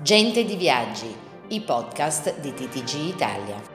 Gente di Viaggi, i podcast di TTG Italia.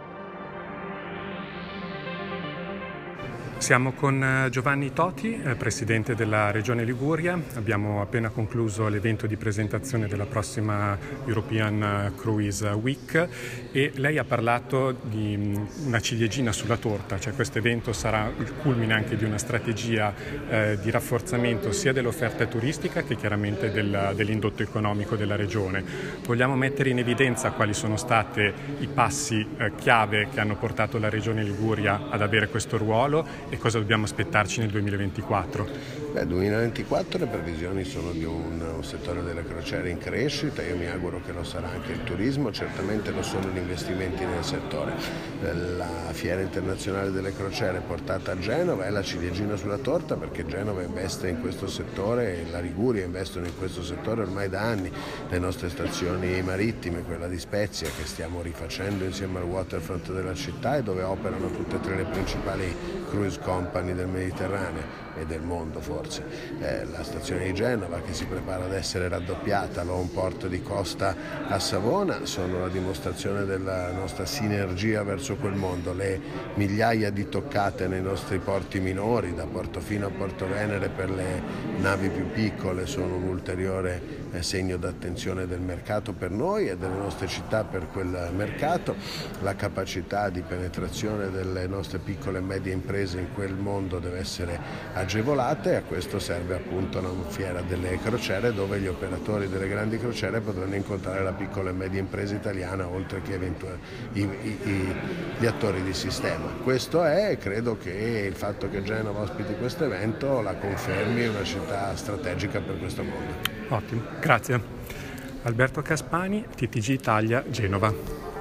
Siamo con Giovanni Toti, presidente della Regione Liguria. Abbiamo appena concluso l'evento di presentazione della prossima European Cruise Week e lei ha parlato di una ciliegina sulla torta, cioè questo evento sarà il culmine anche di una strategia di rafforzamento sia dell'offerta turistica che chiaramente dell'indotto economico della Regione. Vogliamo mettere in evidenza quali sono stati i passi chiave che hanno portato la Regione Liguria ad avere questo ruolo e cosa dobbiamo aspettarci nel 2024? Nel 2024 le previsioni sono di un settore delle crociere in crescita, io mi auguro che lo sarà anche il turismo, certamente lo sono gli investimenti nel settore. La Fiera Internazionale delle Crociere portata a Genova è la ciliegina sulla torta perché Genova investe in questo settore e la Liguria investono in questo settore ormai da anni. Le nostre stazioni marittime, quella di Spezia che stiamo rifacendo insieme al waterfront della città e dove operano tutte e tre le principali cruise company del Mediterraneo e del mondo forse, la stazione di Genova che si prepara ad essere raddoppiata, l'home port di Costa a Savona sono la dimostrazione della nostra sinergia verso quel mondo, le migliaia di toccate nei nostri porti minori da Portofino a Porto Venere per le navi più piccole sono un ulteriore segno d'attenzione del mercato per noi e delle nostre città per quel mercato, la capacità di penetrazione delle nostre piccole e medie imprese in quel mondo deve essere agevolata e a questo serve appunto una fiera delle crociere dove gli operatori delle grandi crociere potranno incontrare la piccola e media impresa italiana oltre che gli attori di sistema. Questo è, credo che il fatto che Genova ospiti questo evento la confermi una città strategica per questo mondo. Ottimo, grazie. Alberto Caspani, TTG Italia, Genova.